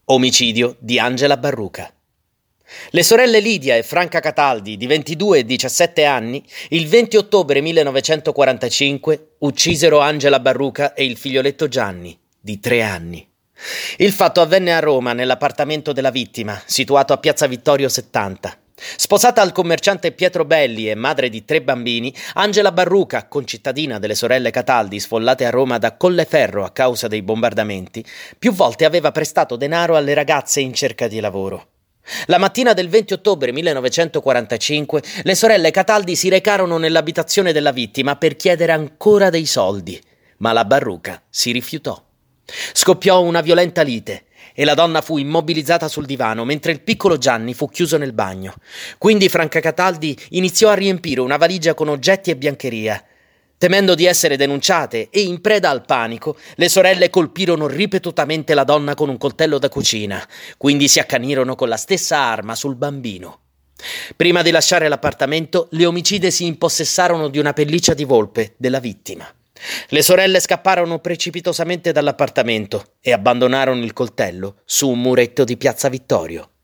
Omicidio di Angela Barruca. Le sorelle Lidia e Franca Cataldi, di 22 e 17 anni, il 20 ottobre 1945 uccisero Angela Barruca e il figlioletto Gianni, di 3 anni. Il fatto avvenne a Roma, nell'appartamento della vittima, situato a Piazza Vittorio 70. Sposata al commerciante Pietro Belli e madre di 3 bambini, Angela Barruca, concittadina delle sorelle Cataldi sfollate a Roma da Colleferro a causa dei bombardamenti, più volte aveva prestato denaro alle ragazze in cerca di lavoro. La mattina del 20 ottobre 1945 le sorelle Cataldi si recarono nell'abitazione della vittima per chiedere ancora dei soldi, ma la Barruca si rifiutò. Scoppiò una violenta lite e la donna fu immobilizzata sul divano mentre il piccolo Gianni fu chiuso nel bagno. Quindi Franca Cataldi iniziò a riempire una valigia con oggetti e biancheria. Temendo di essere denunciate e in preda al panico, le sorelle colpirono ripetutamente la donna con un coltello da cucina, quindi si accanirono con la stessa arma sul bambino. Prima di lasciare l'appartamento, le omicide si impossessarono di una pelliccia di volpe della vittima. Le sorelle scapparono precipitosamente dall'appartamento e abbandonarono il coltello su un muretto di Piazza Vittorio.